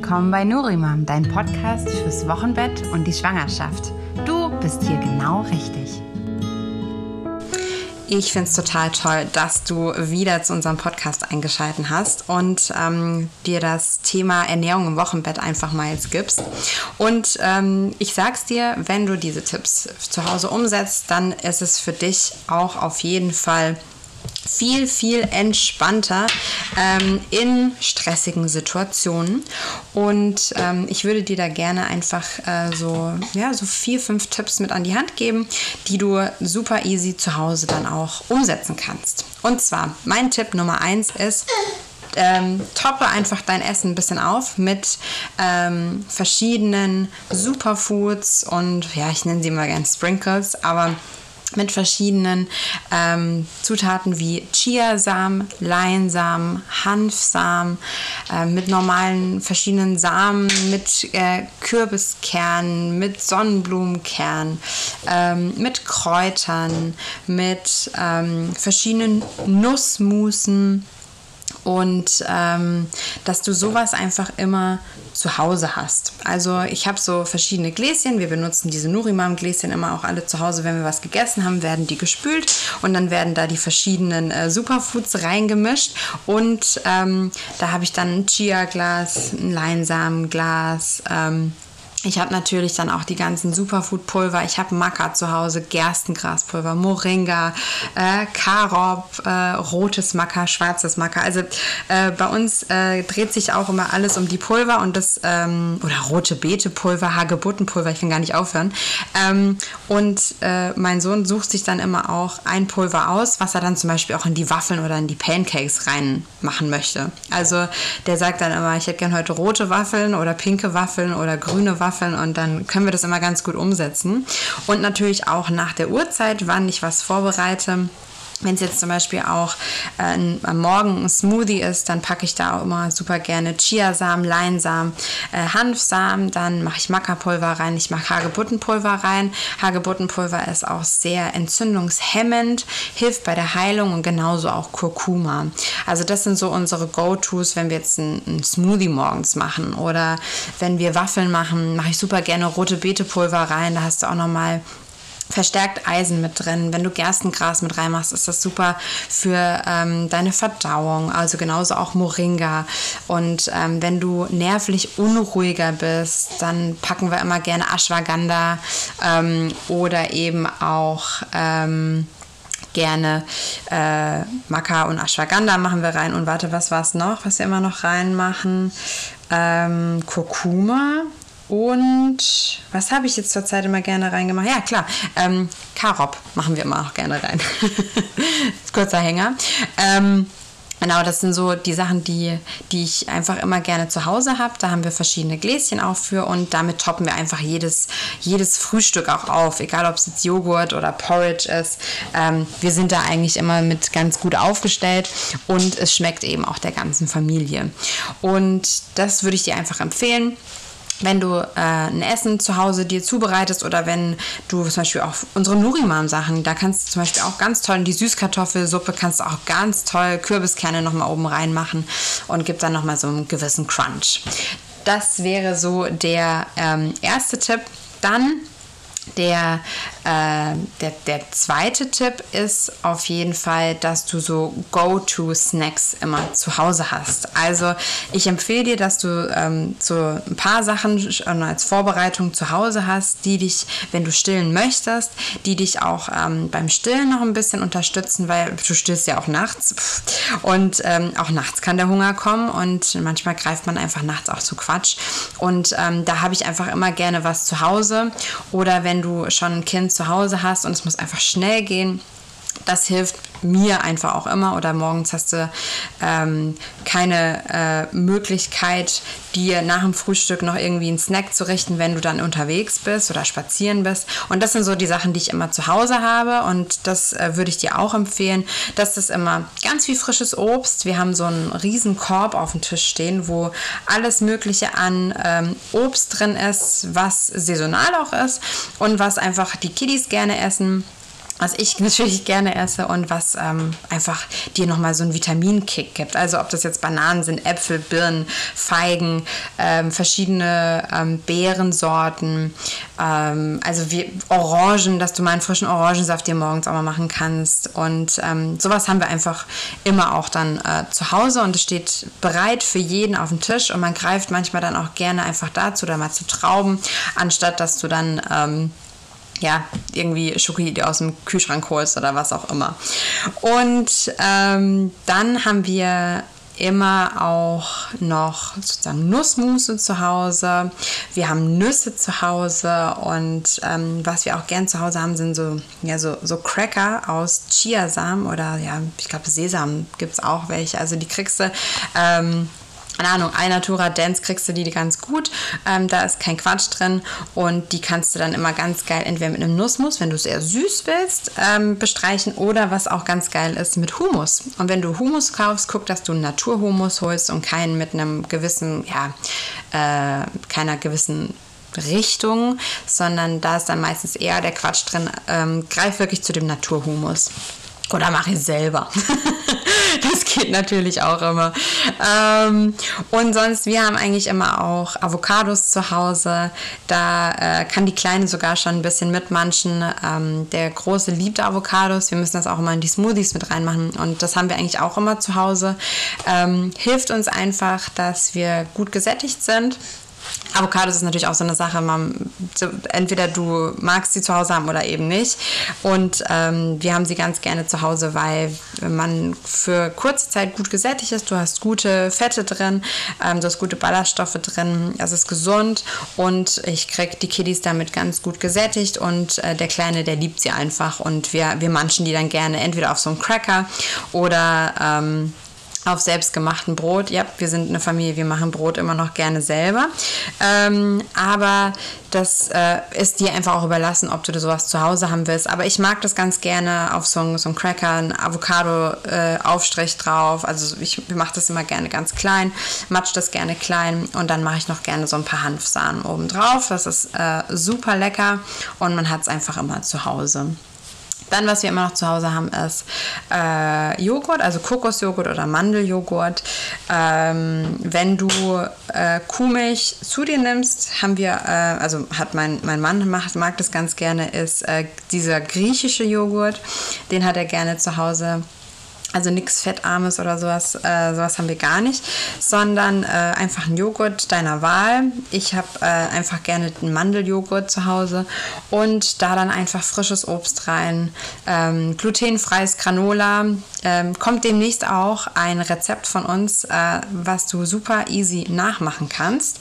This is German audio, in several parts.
willkommen bei Nurimam, dein Podcast fürs Wochenbett und die Schwangerschaft. Du bist hier genau richtig. Ich finde es total toll, dass du wieder zu unserem Podcast eingeschaltet hast und dir das Thema Ernährung im Wochenbett einfach mal jetzt gibst. Und ich sag's dir, wenn du diese Tipps zu Hause umsetzt, dann ist es für dich auch auf jeden Fall viel entspannter in stressigen Situationen. Und ich würde dir da gerne einfach so 4-5 Tipps mit an die Hand geben, die du super easy zu Hause dann auch umsetzen kannst. Und zwar, mein Tipp Nummer 1 ist, toppe einfach dein Essen ein bisschen auf mit verschiedenen Superfoods und ich nenne sie mal gerne Sprinkles, aber mit verschiedenen Zutaten wie Chiasamen, Leinsamen, Hanfsamen, mit normalen verschiedenen Samen, mit Kürbiskernen, mit Sonnenblumenkernen, mit Kräutern, mit verschiedenen Nussmusen. Und dass du sowas einfach immer zu Hause hast. Also ich habe so verschiedene Gläschen. Wir benutzen diese Nurimam-Gläschen immer auch alle zu Hause. Wenn wir was gegessen haben, werden die gespült und dann werden da die verschiedenen Superfoods reingemischt. Und da habe ich dann ein Chia-Glas, ein Leinsamenglas, ich habe natürlich dann auch die ganzen Superfood-Pulver. Ich habe Maca zu Hause, Gerstengraspulver, Moringa, Karob, rotes Maca, schwarzes Maca. Also bei uns dreht sich auch immer alles um die Pulver und das oder rote Beetepulver, Hagebuttenpulver. Ich kann gar nicht aufhören. Mein Sohn sucht sich dann immer auch ein Pulver aus, was er dann zum Beispiel auch in die Waffeln oder in die Pancakes reinmachen möchte. Also der sagt dann immer, ich hätte gern heute rote Waffeln oder pinke Waffeln oder grüne Waffeln. Und dann können wir das immer ganz gut umsetzen. Und natürlich auch nach der Uhrzeit, wann ich was vorbereite. Wenn es jetzt zum Beispiel auch am Morgen ein Smoothie ist, dann packe ich da auch immer super gerne Chiasamen, Leinsamen, Hanfsamen, dann mache ich Maca-Pulver rein, ich mache Hagebuttenpulver rein. Hagebuttenpulver ist auch sehr entzündungshemmend, hilft bei der Heilung und genauso auch Kurkuma. Also das sind so unsere Go-Tos, wenn wir jetzt einen Smoothie morgens machen oder wenn wir Waffeln machen, mache ich super gerne rote Beetepulver rein, da hast du auch nochmal verstärkt Eisen mit drin. Wenn du Gerstengras mit reinmachst, ist das super für deine Verdauung. Also genauso auch Moringa. Und wenn du nervlich unruhiger bist, dann packen wir immer gerne Ashwagandha oder eben auch gerne Maca und Ashwagandha machen wir rein. Und warte, was war es noch, was wir immer noch reinmachen? Kurkuma. Und was habe ich jetzt zur Zeit immer gerne reingemacht? Ja, klar, Karob machen wir immer auch gerne rein. Kurzer Hänger. Genau, das sind so die Sachen, die ich einfach immer gerne zu Hause habe. Da haben wir verschiedene Gläschen auch für und damit toppen wir einfach jedes Frühstück auch auf, egal ob es jetzt Joghurt oder Porridge ist. Wir sind da eigentlich immer mit ganz gut aufgestellt und es schmeckt eben auch der ganzen Familie. Und das würde ich dir einfach empfehlen. Wenn du ein Essen zu Hause dir zubereitest oder wenn du zum Beispiel auch unsere Nurimam-Sachen, da kannst du zum Beispiel auch ganz toll in die Süßkartoffelsuppe, kannst du auch ganz toll Kürbiskerne nochmal oben reinmachen und gibt dann nochmal so einen gewissen Crunch. Das wäre so der erste Tipp. Dann der zweite Tipp ist auf jeden Fall, dass du so Go-To-Snacks immer zu Hause hast. Also ich empfehle dir, dass du so ein paar Sachen als Vorbereitung zu Hause hast, die dich, wenn du stillen möchtest, die dich auch beim Stillen noch ein bisschen unterstützen, weil du stillst ja auch nachts und auch nachts kann der Hunger kommen und manchmal greift man einfach nachts auch zu Quatsch und da habe ich einfach immer gerne was zu Hause oder wenn du schon ein Kind zu Hause hast und es muss einfach schnell gehen, das hilft mir einfach auch immer. Oder morgens hast du keine Möglichkeit, dir nach dem Frühstück noch irgendwie einen Snack zu richten, wenn du dann unterwegs bist oder spazieren bist. Und das sind so die Sachen, die ich immer zu Hause habe. Und das würde ich dir auch empfehlen. Das ist immer ganz viel frisches Obst. Wir haben so einen riesen Korb auf dem Tisch stehen, wo alles Mögliche an Obst drin ist, was saisonal auch ist und was einfach die Kiddies gerne essen. was ich natürlich gerne esse und was einfach dir nochmal so einen Vitaminkick gibt. Also ob das jetzt Bananen sind, Äpfel, Birnen, Feigen, verschiedene Beerensorten, also wie Orangen, dass du mal einen frischen Orangensaft dir morgens auch mal machen kannst. Und sowas haben wir einfach immer auch dann zu Hause und es steht bereit für jeden auf dem Tisch und man greift manchmal dann auch gerne einfach dazu oder mal zu Trauben, anstatt dass du dann irgendwie Schoki aus dem Kühlschrank holst oder was auch immer. Und dann haben wir immer auch noch sozusagen Nussmusse zu Hause. Wir haben Nüsse zu Hause und was wir auch gern zu Hause haben, sind so Cracker aus Chiasamen oder ich glaube Sesam gibt es auch welche. Also die kriegst du keine Ahnung, Alnatura Dance kriegst du die ganz gut. Da ist kein Quatsch drin und die kannst du dann immer ganz geil entweder mit einem Nussmus, wenn du es eher süß willst, bestreichen oder was auch ganz geil ist, mit Hummus. Und wenn du Hummus kaufst, guck, dass du einen Naturhummus holst und keinen mit einem gewissen, keiner gewissen Richtung, sondern da ist dann meistens eher der Quatsch drin. Greif wirklich zu dem Naturhumus. Oder mache ich selber. Das geht natürlich auch immer. Und sonst, wir haben eigentlich immer auch Avocados zu Hause. Da kann die Kleine sogar schon ein bisschen mitmanchen. Der Große liebt Avocados. Wir müssen das auch immer in die Smoothies mit reinmachen. Und das haben wir eigentlich auch immer zu Hause. Hilft uns einfach, dass wir gut gesättigt sind. Avocados ist natürlich auch so eine Sache, entweder du magst sie zu Hause haben oder eben nicht. Und wir haben sie ganz gerne zu Hause, weil man für kurze Zeit gut gesättigt ist. Du hast gute Fette drin, du hast gute Ballaststoffe drin, es ist gesund und ich kriege die Kiddies damit ganz gut gesättigt und der Kleine, der liebt sie einfach und wir manchen die dann gerne entweder auf so einen Cracker oder auf selbstgemachten Brot. Ja, wir sind eine Familie, wir machen Brot immer noch gerne selber. Aber das ist dir einfach auch überlassen, ob du sowas zu Hause haben willst. Aber ich mag das ganz gerne auf so einen Cracker, einen Avocado-Aufstrich drauf. Also ich mache das immer gerne ganz klein, matsch das gerne klein und dann mache ich noch gerne so ein paar Hanfsamen oben drauf. Das ist super lecker und man hat es einfach immer zu Hause. Dann, was wir immer noch zu Hause haben, ist Joghurt, also Kokosjoghurt oder Mandeljoghurt. Wenn du Kuhmilch zu dir nimmst, haben wir, also hat mein Mann mag das ganz gerne, ist dieser griechische Joghurt. Den hat er gerne zu Hause. Also nichts Fettarmes oder sowas haben wir gar nicht, sondern einfach einen Joghurt deiner Wahl. Ich habe einfach gerne einen Mandeljoghurt zu Hause und da dann einfach frisches Obst rein, glutenfreies Granola. Kommt demnächst auch ein Rezept von uns, was du super easy nachmachen kannst.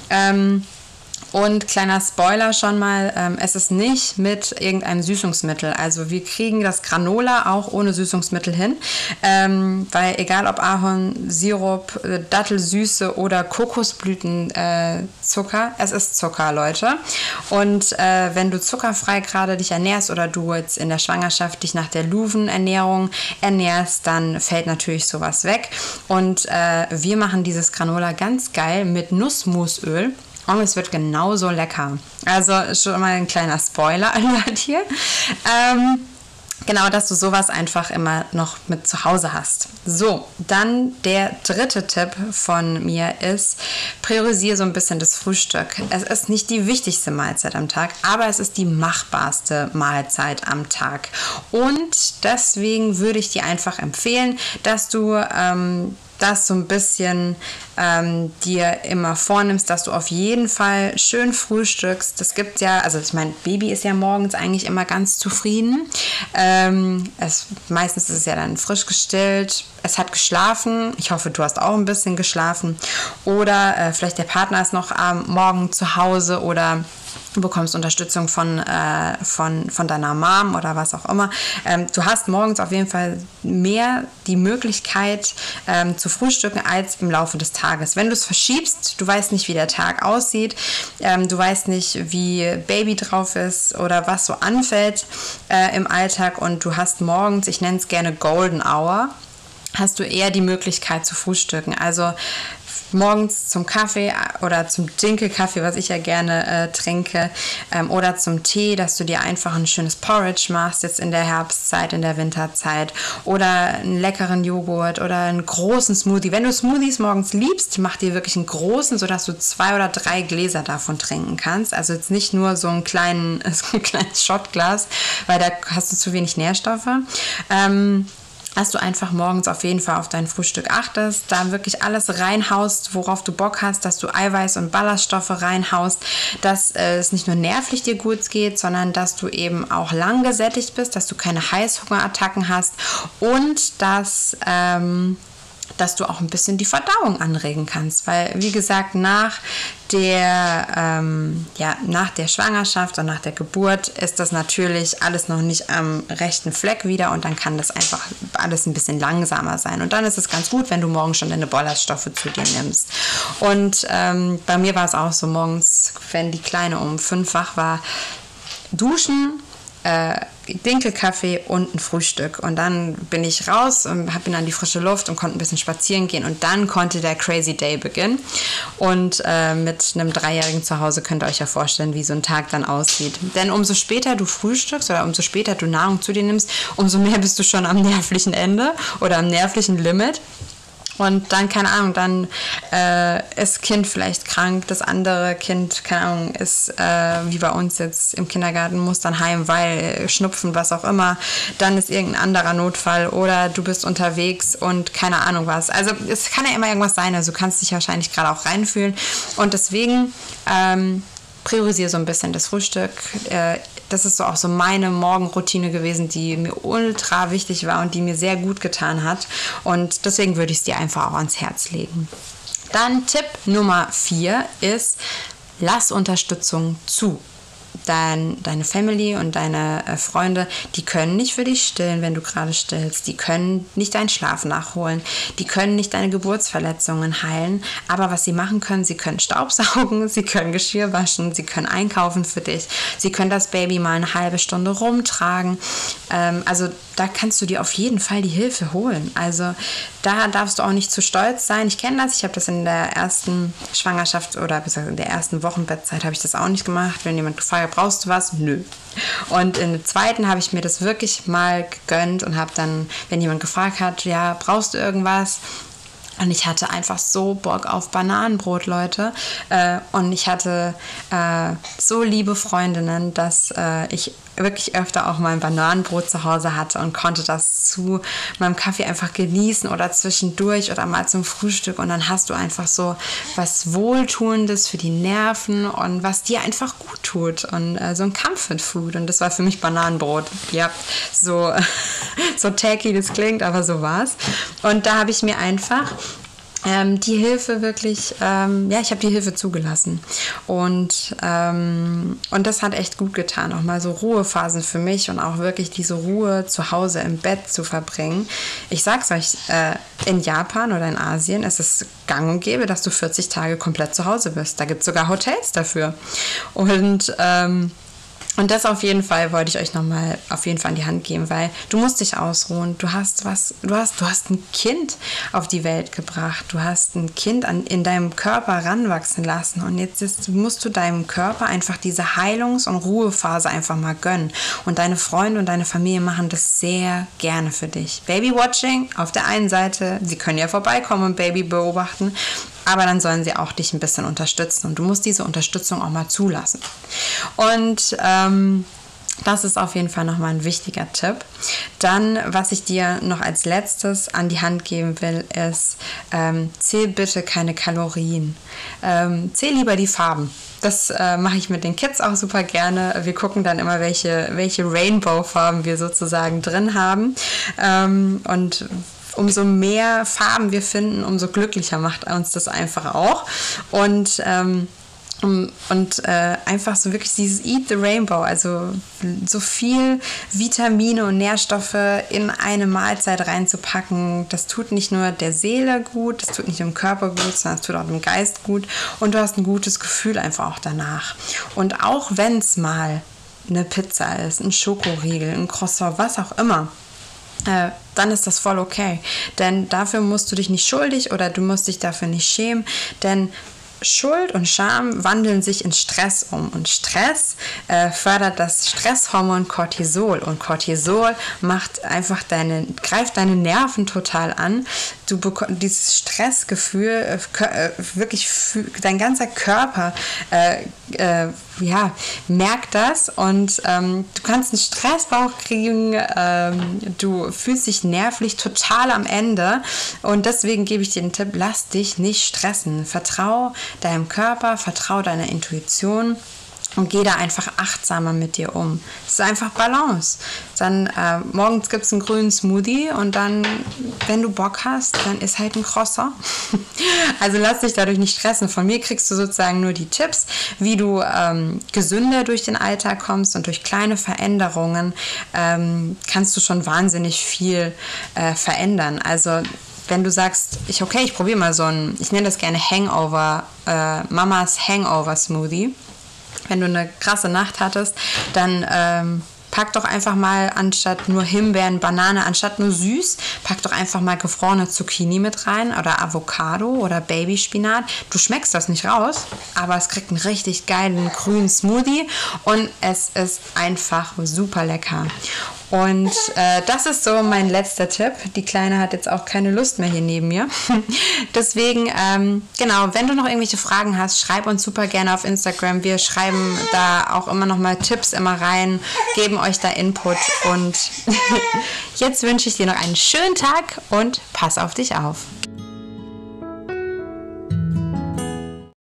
Und kleiner Spoiler schon mal, es ist nicht mit irgendeinem Süßungsmittel. Also wir kriegen das Granola auch ohne Süßungsmittel hin, weil egal ob Ahornsirup, Dattelsüße oder Kokosblütenzucker, es ist Zucker, Leute. Und wenn du zuckerfrei gerade dich ernährst oder du jetzt in der Schwangerschaft dich nach der Luven-Ernährung ernährst, dann fällt natürlich sowas weg. Und wir machen dieses Granola ganz geil mit Nussmusöl. Und es wird genauso lecker. Also schon mal ein kleiner Spoiler-Alert hier. Genau, dass du sowas einfach immer noch mit zu Hause hast. So, dann der dritte Tipp von mir ist, priorisiere so ein bisschen das Frühstück. Es ist nicht die wichtigste Mahlzeit am Tag, aber es ist die machbarste Mahlzeit am Tag. Und deswegen würde ich dir einfach empfehlen, dass du das so ein bisschen dir immer vornimmst, dass du auf jeden Fall schön frühstückst. Das gibt ja, also ich meine, Baby ist ja morgens eigentlich immer ganz zufrieden. Meistens ist es ja dann frisch gestillt. Es hat geschlafen. Ich hoffe, du hast auch ein bisschen geschlafen. Oder vielleicht der Partner ist noch am Morgen zu Hause oder du bekommst Unterstützung von deiner Mom oder was auch immer. Du hast morgens auf jeden Fall mehr die Möglichkeit zu frühstücken als im Laufe des Tages. Wenn du es verschiebst, du weißt nicht, wie der Tag aussieht, du weißt nicht, wie Baby drauf ist oder was so anfällt im Alltag und du hast morgens, ich nenne es gerne Golden Hour, hast du eher die Möglichkeit zu frühstücken. Also morgens zum Kaffee oder zum Dinkelkaffee, was ich ja gerne trinke, oder zum Tee, dass du dir einfach ein schönes Porridge machst, jetzt in der Herbstzeit, in der Winterzeit, oder einen leckeren Joghurt oder einen großen Smoothie. Wenn du Smoothies morgens liebst, mach dir wirklich einen großen, sodass du 2 oder 3 Gläser davon trinken kannst. Also jetzt nicht nur so ein kleines Shotglas, weil da hast du zu wenig Nährstoffe. Dass du einfach morgens auf jeden Fall auf dein Frühstück achtest, da wirklich alles reinhaust, worauf du Bock hast, dass du Eiweiß und Ballaststoffe reinhaust, dass es nicht nur nervlich dir gut geht, sondern dass du eben auch lang gesättigt bist, dass du keine Heißhungerattacken hast und dass du auch ein bisschen die Verdauung anregen kannst, weil wie gesagt, nach der Schwangerschaft und nach der Geburt ist das natürlich alles noch nicht am rechten Fleck wieder und dann kann das einfach alles ein bisschen langsamer sein und dann ist es ganz gut, wenn du morgens schon deine Ballaststoffe zu dir nimmst. Und bei mir war es auch so morgens, wenn die Kleine um 5 wach war, duschen, Dinkelkaffee und ein Frühstück. Und dann bin ich raus und bin an die frische Luft und konnte ein bisschen spazieren gehen. Und dann konnte der Crazy Day beginnen. Und mit einem 3-Jährigen zu Hause könnt ihr euch ja vorstellen, wie so ein Tag dann aussieht. Denn umso später du frühstückst oder umso später du Nahrung zu dir nimmst, umso mehr bist du schon am nervlichen Ende oder am nervlichen Limit. Und dann, keine Ahnung, dann ist Kind vielleicht krank, das andere Kind, keine Ahnung, ist wie bei uns jetzt im Kindergarten, muss dann heim, weil Schnupfen, was auch immer, dann ist irgendein anderer Notfall oder du bist unterwegs und keine Ahnung was. Also es kann ja immer irgendwas sein, also du kannst dich wahrscheinlich gerade auch reinfühlen und deswegen priorisiere so ein bisschen das Frühstück. Das ist so auch so meine Morgenroutine gewesen, die mir ultra wichtig war und die mir sehr gut getan hat. Und deswegen würde ich es dir einfach auch ans Herz legen. Dann Tipp Nummer 4 ist, lass Unterstützung zu. Deine Family und deine Freunde, die können nicht für dich stillen, wenn du gerade stillst. Die können nicht deinen Schlaf nachholen. Die können nicht deine Geburtsverletzungen heilen. Aber was sie machen können, sie können Staubsaugen, sie können Geschirr waschen, sie können einkaufen für dich. Sie können das Baby mal eine halbe Stunde rumtragen. Also da kannst du dir auf jeden Fall die Hilfe holen. Also da darfst du auch nicht zu stolz sein. Ich kenne das. Ich habe das in der ersten Schwangerschaft oder in der ersten Wochenbettzeit habe ich das auch nicht gemacht. Wenn jemand gefragt hat, brauchst du was? Nö. Und in der zweiten habe ich mir das wirklich mal gegönnt und habe dann, wenn jemand gefragt hat, ja, brauchst du irgendwas? Und ich hatte einfach so Bock auf Bananenbrot, Leute. Und ich hatte so liebe Freundinnen, dass ich wirklich öfter auch mal ein Bananenbrot zu Hause hatte und konnte das zu meinem Kaffee einfach genießen oder zwischendurch oder mal zum Frühstück. Und dann hast du einfach so was Wohltuendes für die Nerven und was dir einfach gut tut. Und so ein Comfort Food. Und das war für mich Bananenbrot. Ja, so tacky das klingt, aber so war's. Und da habe ich mir einfach die Hilfe wirklich, ich habe die Hilfe zugelassen und das hat echt gut getan, auch mal so Ruhephasen für mich und auch wirklich diese Ruhe zu Hause im Bett zu verbringen. Ich sag's euch, in Japan oder in Asien ist es gang und gäbe, dass du 40 Tage komplett zu Hause bist. Da gibt es sogar Hotels dafür und das auf jeden Fall wollte ich euch nochmal auf jeden Fall in die Hand geben, weil du musst dich ausruhen. Du hast ein Kind auf die Welt gebracht. Du hast ein Kind in deinem Körper ranwachsen lassen. Und jetzt musst du deinem Körper einfach diese Heilungs- und Ruhephase einfach mal gönnen. Und deine Freunde und deine Familie machen das sehr gerne für dich. Babywatching auf der einen Seite, sie können ja vorbeikommen und Baby beobachten, aber dann sollen sie auch dich ein bisschen unterstützen und du musst diese Unterstützung auch mal zulassen. Und das ist auf jeden Fall nochmal ein wichtiger Tipp. Dann, was ich dir noch als letztes an die Hand geben will, ist, zähl bitte keine Kalorien. Zähl lieber die Farben. Das mache ich mit den Kids auch super gerne. Wir gucken dann immer, welche Rainbow-Farben wir sozusagen drin haben. Und umso mehr Farben wir finden, umso glücklicher macht uns das einfach auch. Und einfach so wirklich dieses Eat the Rainbow, also so viel Vitamine und Nährstoffe in eine Mahlzeit reinzupacken, das tut nicht nur der Seele gut, das tut nicht nur dem Körper gut, sondern es tut auch dem Geist gut und du hast ein gutes Gefühl einfach auch danach. Und auch wenn es mal eine Pizza ist, ein Schokoriegel, ein Croissant, was auch immer, dann ist das voll okay. Denn dafür musst du dich nicht schuldig oder du musst dich dafür nicht schämen, denn Schuld und Scham wandeln sich in Stress um und Stress fördert das Stresshormon Cortisol und Cortisol greift deine Nerven total an. Du bekommst dieses Stressgefühl, wirklich dein ganzer Körper merkt das und du kannst einen Stressbauch kriegen, du fühlst dich nervlich total am Ende und deswegen gebe ich dir den Tipp, lass dich nicht stressen, vertrau deinem Körper, vertrau deiner Intuition und geh da einfach achtsamer mit dir um. Es ist einfach Balance. Dann morgens gibt es einen grünen Smoothie und dann, wenn du Bock hast, dann ist halt ein Croissant. Also lass dich dadurch nicht stressen. Von mir kriegst du sozusagen nur die Tipps, wie du gesünder durch den Alltag kommst und durch kleine Veränderungen kannst du schon wahnsinnig viel verändern. Also wenn du sagst, ich probiere mal ich nenne das gerne Hangover, Mamas Hangover Smoothie. Wenn du eine krasse Nacht hattest, dann pack doch einfach mal anstatt nur Himbeeren, Banane, anstatt nur süß, pack doch einfach mal gefrorene Zucchini mit rein oder Avocado oder Babyspinat. Du schmeckst das nicht raus, aber es kriegt einen richtig geilen grünen Smoothie und es ist einfach super lecker. Und das ist so mein letzter Tipp. Die Kleine hat jetzt auch keine Lust mehr hier neben mir. Deswegen, wenn du noch irgendwelche Fragen hast, schreib uns super gerne auf Instagram. Wir schreiben da auch immer noch mal Tipps immer rein, geben euch da Input. Und jetzt wünsche ich dir noch einen schönen Tag und pass auf dich auf.